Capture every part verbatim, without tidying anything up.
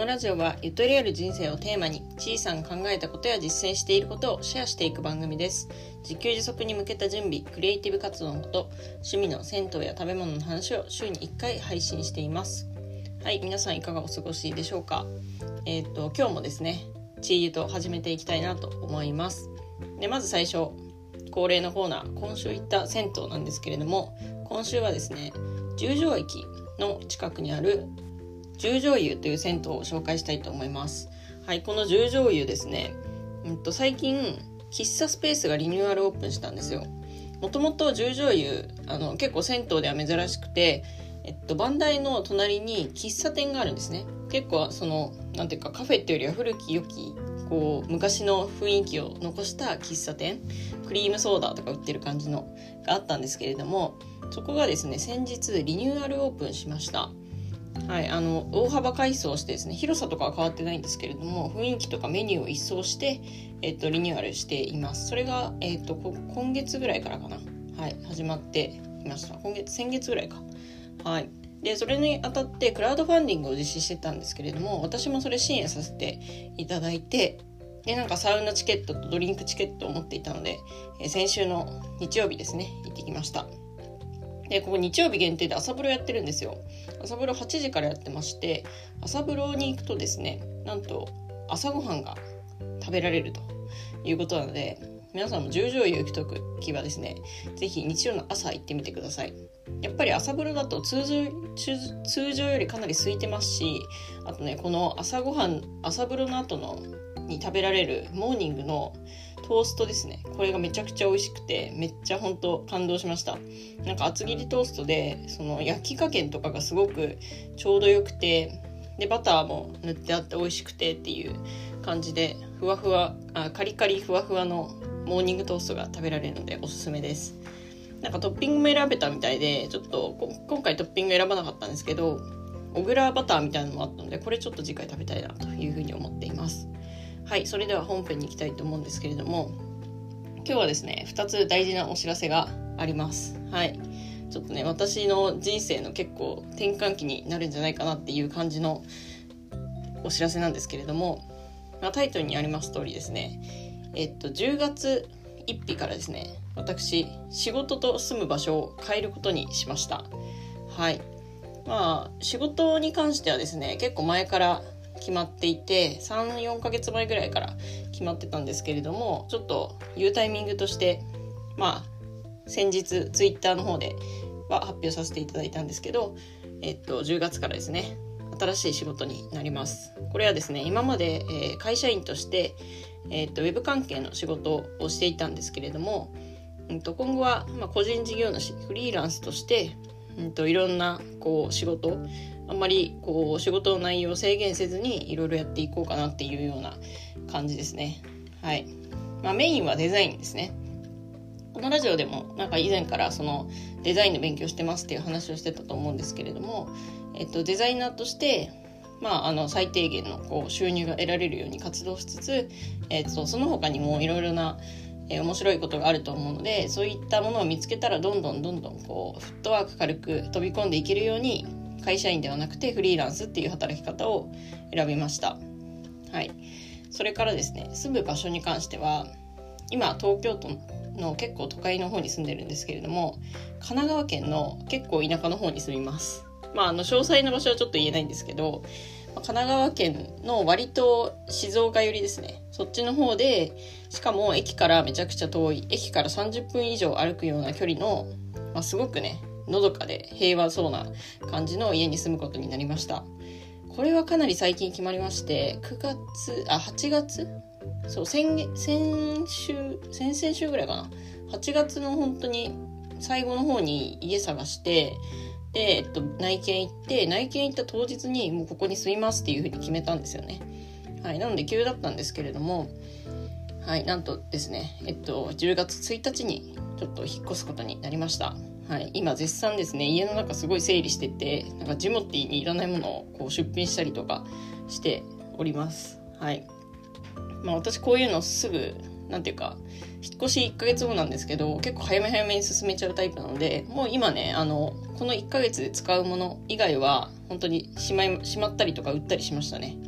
のラジオはゆとりある人生をテーマに、小さな考えたことや実践していることをシェアしていく番組です。自給自足に向けた準備、クリエイティブ活動のこと、趣味の銭湯や食べ物の話を週にいっかい配信しています。はい、皆さんいかがお過ごしでしょうか。えー、っと今日もですね、チーユと始めていきたいなと思います。でまず最初、恒例のコーナー、今週行った銭湯なんですけれども、今週はですね、十条駅の近くにある十条湯という銭湯を紹介したいと思います。はい、この十条湯ですね、うんと最近喫茶スペースがリニューアルオープンしたんですよ。もともと十条湯、あの結構銭湯では珍しくて、えっと、番台の隣に喫茶店があるんですね。結構そのなんていうか、カフェっていうよりは古き良きこう昔の雰囲気を残した喫茶店、クリームソーダとか売ってる感じのがあったんですけれども、そこがですね、先日リニューアルオープンしました。はい、あの大幅改装してですね、広さとかは変わってないんですけれども、雰囲気とかメニューを一掃して、えっと、リニューアルしています。それが、えっと、今月ぐらいからかな、はい、始まっていました。今月先月ぐらいか。はい、でそれにあたってクラウドファンディングを実施してたんですけれども、私もそれ支援させていただいて、でなんかサウナチケットとドリンクチケットを持っていたので、えー、先週の日曜日ですね、行ってきました。でここ日曜日限定で朝風呂やってるんですよ。朝風呂はちじからやってまして、朝風呂に行くとですね、なんと朝ごはんが食べられるということなので、皆さんも十条湯行くときはですね、ぜひ日曜の朝行ってみてください。やっぱり朝風呂だと通常、通常よりかなり空いてますし、あとね、この朝ごはん、朝風呂の後のに食べられるモーニングのトーストですね、これがめちゃくちゃ美味しくて、めっちゃ本当感動しました。なんか厚切りトーストで、その焼き加減とかがすごくちょうどよくて、でバターも塗ってあって美味しくてっていう感じで、ふわふわあカリカリふわふわのモーニングトーストが食べられるのでおすすめです。なんかトッピングも選べたみたいで、ちょっと今回トッピング選ばなかったんですけど、小倉バターみたいなのもあったので、これちょっと次回食べたいなというふうに思っています。はい、それでは本編に行きたいと思うんですけれども、今日はですね、ふたつ大事なお知らせがあります。はい、ちょっとね、私の人生の結構転換期になるんじゃないかなっていう感じのお知らせなんですけれども、まあ、タイトルにあります通りですね、えっとじゅうがつついたちからですね、私仕事と住む場所を変えることにしました。はい、まあ仕事に関してはですね、結構前から決まっていて、さん、よんかげつまえぐらいから決まってたんですけれども、ちょっと言うタイミングとして、まあ先日ツイッターの方では発表させていただいたんですけど、えっとじゅうがつからですね、新しい仕事になります。これはですね、今まで、えー、会社員として、えっとウェブ関係の仕事をしていたんですけれども、うん、と今後は、まあ、個人事業主、フリーランスとして、うん、といろんなこう仕事、あんまりこう仕事の内容を制限せずにいろいろやっていこうかなっていうような感じですね。はい、まあ、メインはデザインですね。このラジオでもなんか以前からそのデザインの勉強してますっていう話をしてたと思うんですけれども、えっと、デザイナーとして、まあ、あの最低限のこう収入が得られるように活動しつつ、えっと、その他にもいろいろなえー、面白いことがあると思うので、そういったものを見つけたらどんどんどんどんこうフットワーク軽く飛び込んでいけるように、会社員ではなくてフリーランスっていう働き方を選びました。はい、それからですね、住む場所に関しては、今東京都の結構都会の方に住んでるんですけれども、神奈川県の結構田舎の方に住みます。まあ、あの詳細な場所はちょっと言えないんですけど、神奈川県の割と静岡寄りですね、そっちの方で、しかも駅からめちゃくちゃ遠い、駅からさんじゅっぷん以上歩くような距離の、まあ、すごくね、のどかで平和そうな感じの家に住むことになりました。これはかなり最近決まりまして、くがつ、あ、はちがつ、そう先先週先々週ぐらいかな、はちがつの本当に最後の方に家探して、で、えっと、内見行って内見行った当日にもうここに住みますっていう風に決めたんですよね。はい、なので急だったんですけれども、はい、なんとですね、えっとじゅうがつついたちにちょっと引っ越すことになりました。はい、今絶賛ですね、家の中すごい整理してて、なんかジモティーにいらないものをこう出品したりとかしております。はい、まあ、私こういうのすぐなんていうか、引っ越しいっかげつごなんですけど、結構早め早めに進めちゃうタイプなので、もう今ね、あのこのいっかげつで使うもの以外は本当にしまいしまったりとか売ったりしましたね。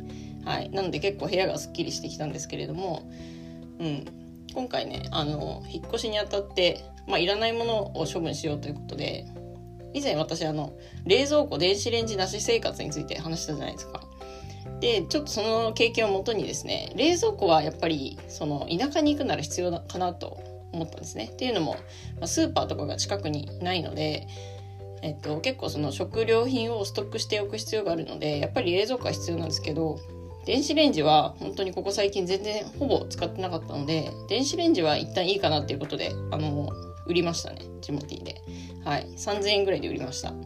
はい、なので結構部屋がすっきりしてきたんですけれども、うん、今回ねあの引っ越しにあたって、まあ、いらないものを処分しようということで、以前私あの冷蔵庫電子レンジなし生活について話したじゃないですか。でちょっとその経験をもとにですね、冷蔵庫はやっぱりその田舎に行くなら必要かなと思ったんですね。っていうのも、まあ、スーパーとかが近くにないので、えっと、結構その食料品をストックしておく必要があるので、やっぱり冷蔵庫は必要なんですけど、電子レンジは本当にここ最近全然ほぼ使ってなかったので、電子レンジは一旦いいかなっていうことであの売りましたね、ジモティーで。はい、さんぜんえんぐらいで売りました。うん、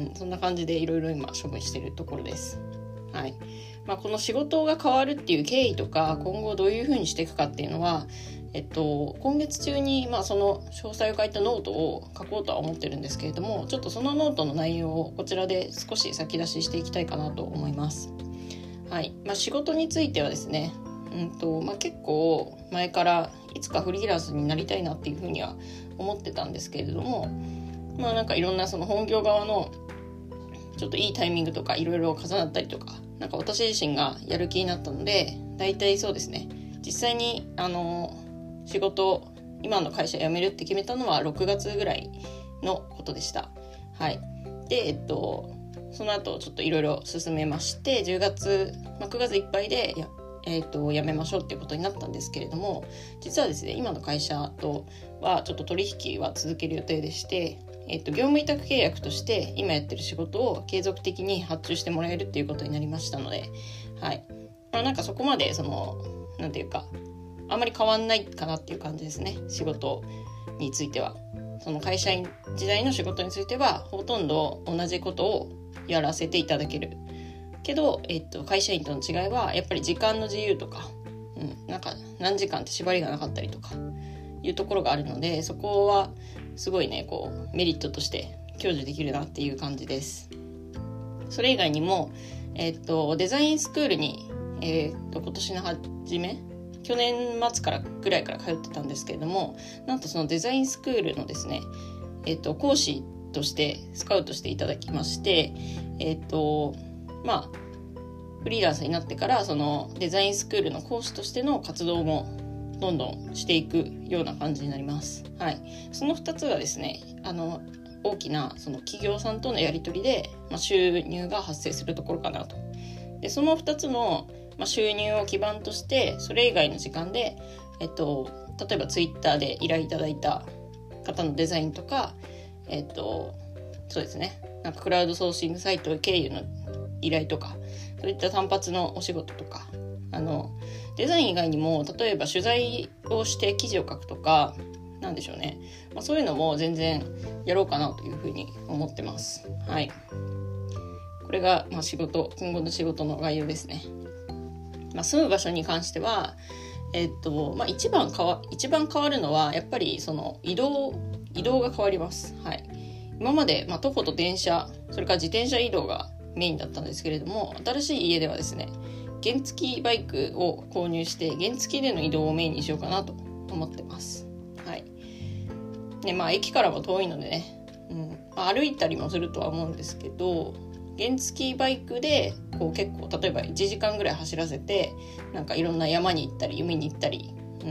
そんな感じでいろいろ今処分しているところです。はい、まあ、この仕事が変わるっていう経緯とか、今後どういう風にしていくかっていうのは、えっと、今月中に、まあ、その詳細を書いたノートを書こうとは思ってるんですけれども、ちょっとそのノートの内容をこちらで少し先出ししていきたいかなと思います。はい、まあ、仕事についてはですね、うんとまあ、結構前からいつかフリーランスになりたいなっていうふうには思ってたんですけれども、まあなんかいろんなその本業側のちょっといいタイミングとかいろいろ重なったりとか、なんか私自身がやる気になったので、大体そうですね、実際にあの仕事今の会社辞めるって決めたのはろくがつぐらいのことでした。はい。で、えっとその後ちょっといろいろ進めまして、じゅうがつ、まあ、くがついっぱいでや、えっと、辞めましょうっていうことになったんですけれども、実はですね、今の会社とはちょっと取引は続ける予定でして、えっと、業務委託契約として今やってる仕事を継続的に発注してもらえるっていうことになりましたので、はい。まあ、なんかそこまでそのなんていうかあんまり変わんないかなっていう感じですね。仕事については、その会社員時代の仕事についてはほとんど同じことをやらせていただけるけど、えっと、会社員との違いはやっぱり時間の自由とか、うん、なんか何時間って縛りがなかったりとかいうところがあるので、そこはすごいねこうメリットとして享受できるなっていう感じです。それ以外にも、えっと、デザインスクールに、えっと、今年の初め去年末からぐらいから通ってたんですけれども、なんとそのデザインスクールのですね、えっと、講師としてスカウトしていただきまして、えっとまあフリーランスになってからそのデザインスクールの講師としての活動もどんどんしていくような感じになります。はい、そのふたつがですね、あの大きなその企業さんとのやり取りで、まあ、収入が発生するところかなと。でそのふたつの、まあ、収入を基盤として、それ以外の時間で、えっと、例えばツイッターで依頼いただいた方のデザインとか、えっと、そうですね、なんかクラウドソーシングサイト経由の依頼とか、そういった単発のお仕事とか、あのデザイン以外にも例えば取材をして記事を書くとか、なんでしょうね、まあ、そういうのも全然やろうかなというふうに思ってます。はい、これがまあ仕事、今後の仕事の概要ですね。まあ、住む場所に関しては、えっとまあ、一番変わ一番変わるのはやっぱりその移動移動が変わります。はい、今まで、まあ、徒歩と電車、それから自転車移動がメインだったんですけれども、新しい家ではですね、原付バイクを購入して原付での移動をメインにしようかなと思ってます。はい。で、まあ駅からも遠いのでね、うんまあ、歩いたりもするとは思うんですけど、原付バイクでこう結構例えばいちじかんぐらい走らせて、なんかいろんな山に行ったり海に行ったり、うん、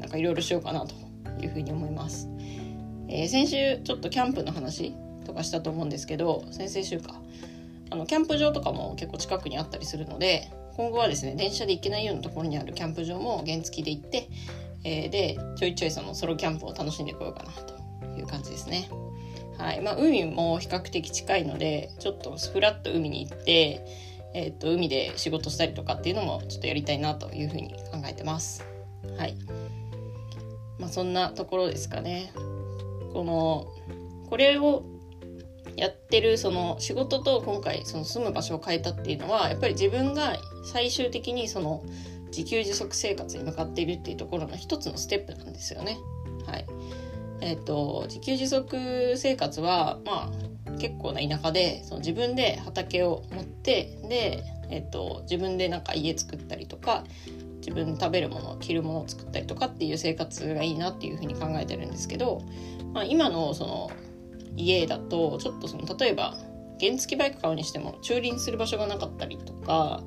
なんかいろいろしようかなというふうに思います。えー、先週ちょっとキャンプの話とかしたと思うんですけど、先々週か、あのキャンプ場とかも結構近くにあったりするので、今後はですね、電車で行けないようなところにあるキャンプ場も原付で行って、えー、でちょいちょいそのソロキャンプを楽しんでこようかなという感じですね。はい、まあ、海も比較的近いので、ちょっとフラッと海に行って、えー、っと海で仕事したりとかっていうのもちょっとやりたいなというふうに考えてます。はい、まあ、そんなところですかね。このこれをやってるその仕事と今回その住む場所を変えたっていうのは、やっぱり自分が最終的にその自給自足生活に向かっているっていうところの一つのステップなんですよね。はい。えっと自給自足生活はまあ結構な田舎で、その自分で畑を持って、で、えっと自分でなんか家作ったりとか、自分で食べるもの、着るものを作ったりとかっていう生活がいいなっていうふうに考えてるんですけど、まあ、今のその家だとちょっとその例えば原付バイク買うにしても駐輪する場所がなかったりとか、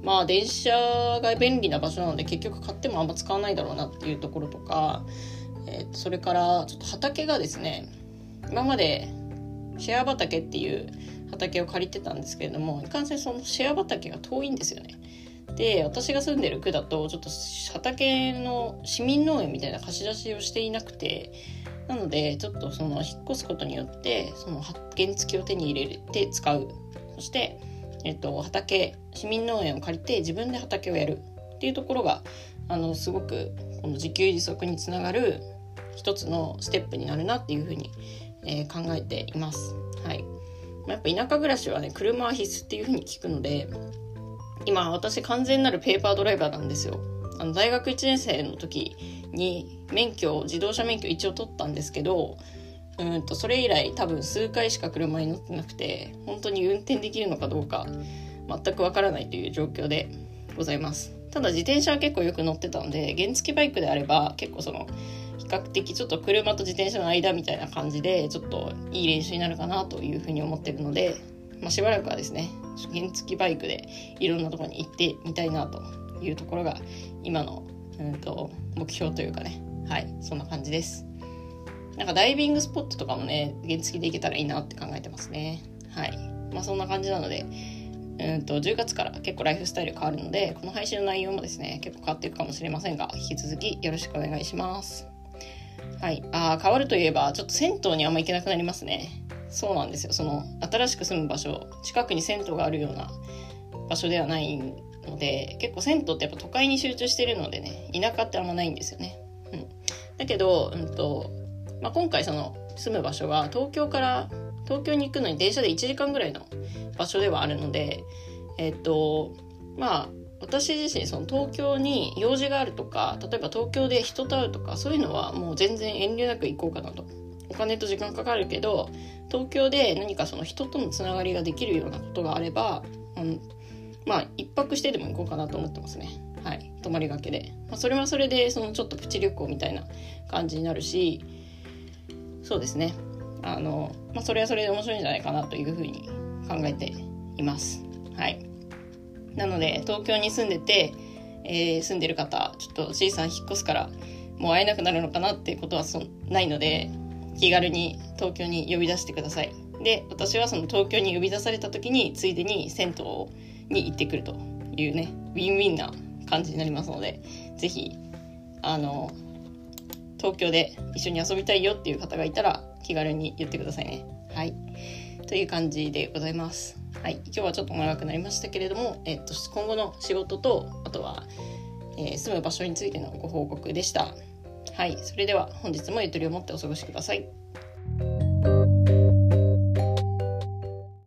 まあ電車が便利な場所なので結局買ってもあんま使わないだろうなっていうところとか、えー、とそれからちょっと畑がですね、今までシェア畑っていう畑を借りてたんですけれども、いかんせんそのシェア畑が遠いんですよね。で、私が住んでる区だとちょっと畑の市民農園みたいな貸し出しをしていなくて、なのでちょっとその引っ越すことによってその原付を手に入れて使う、そして、えっと、畑市民農園を借りて自分で畑をやるっていうところがあのすごくこの自給自足につながる一つのステップになるなっていうふうに、えー、考えています。はい。やっぱ田舎暮らしはね、車は必須っていうふうに聞くので、今私完全なるペーパードライバーなんですよ。あの大学いちねん生の時に免許自動車免許一応取ったんですけど、うんとそれ以来多分数回しか車に乗ってなくて、本当に運転できるのかどうか全くわからないという状況でございます。ただ自転車は結構よく乗ってたので、原付バイクであれば結構その比較的ちょっと車と自転車の間みたいな感じでちょっといい練習になるかなというふうに思ってるので、まあ、しばらくはですね原付バイクでいろんなところに行ってみたいなというところが今の、うんと、目標というかね、はいそんな感じです。なんかダイビングスポットとかもね原付で行けたらいいなって考えてますね。はい、まあそんな感じなので、うんとじゅうがつから結構ライフスタイル変わるので、この配信の内容もですね結構変わっていくかもしれませんが、引き続きよろしくお願いします。はい、あ変わるといえばちょっと銭湯にあんま行けなくなりますね。そうなんですよ。その新しく住む場所、近くに銭湯があるような場所ではないので、結構銭湯ってやっぱ都会に集中してるのでね、田舎ってあんまないんですよね。うん、だけど、うんとまあ、今回その住む場所が東京から東京に行くのに電車でいちじかんぐらいの場所ではあるので、えっとまあ私自身その東京に用事があるとか、例えば東京で人と会うとかそういうのはもう全然遠慮なく行こうかなと。お金と時間かかるけど東京で何かその人とのつながりができるようなことがあれば、うん、まあ一泊してでも行こうかなと思ってますね。はい、泊まりがけで、まあ、それはそれでそのちょっとプチ旅行みたいな感じになるし、そうですね、あの、まあ、それはそれで面白いんじゃないかなというふうに考えています。はい。なので東京に住んでて、えー、住んでる方ちょっと C さん引っ越すからもう会えなくなるのかなっていうことはそないので、気軽に東京に呼び出してください。で、私はその東京に呼び出された時についでに銭湯に行ってくるというね、ウィンウィンな感じになりますので、ぜひあの東京で一緒に遊びたいよっていう方がいたら気軽に言ってくださいね。はい、という感じでございます。はい、今日はちょっと長くなりましたけれども、えっと、今後の仕事とあとは、えー、住む場所についてのご報告でした。はい、それでは本日もゆとりを持ってお過ごしください。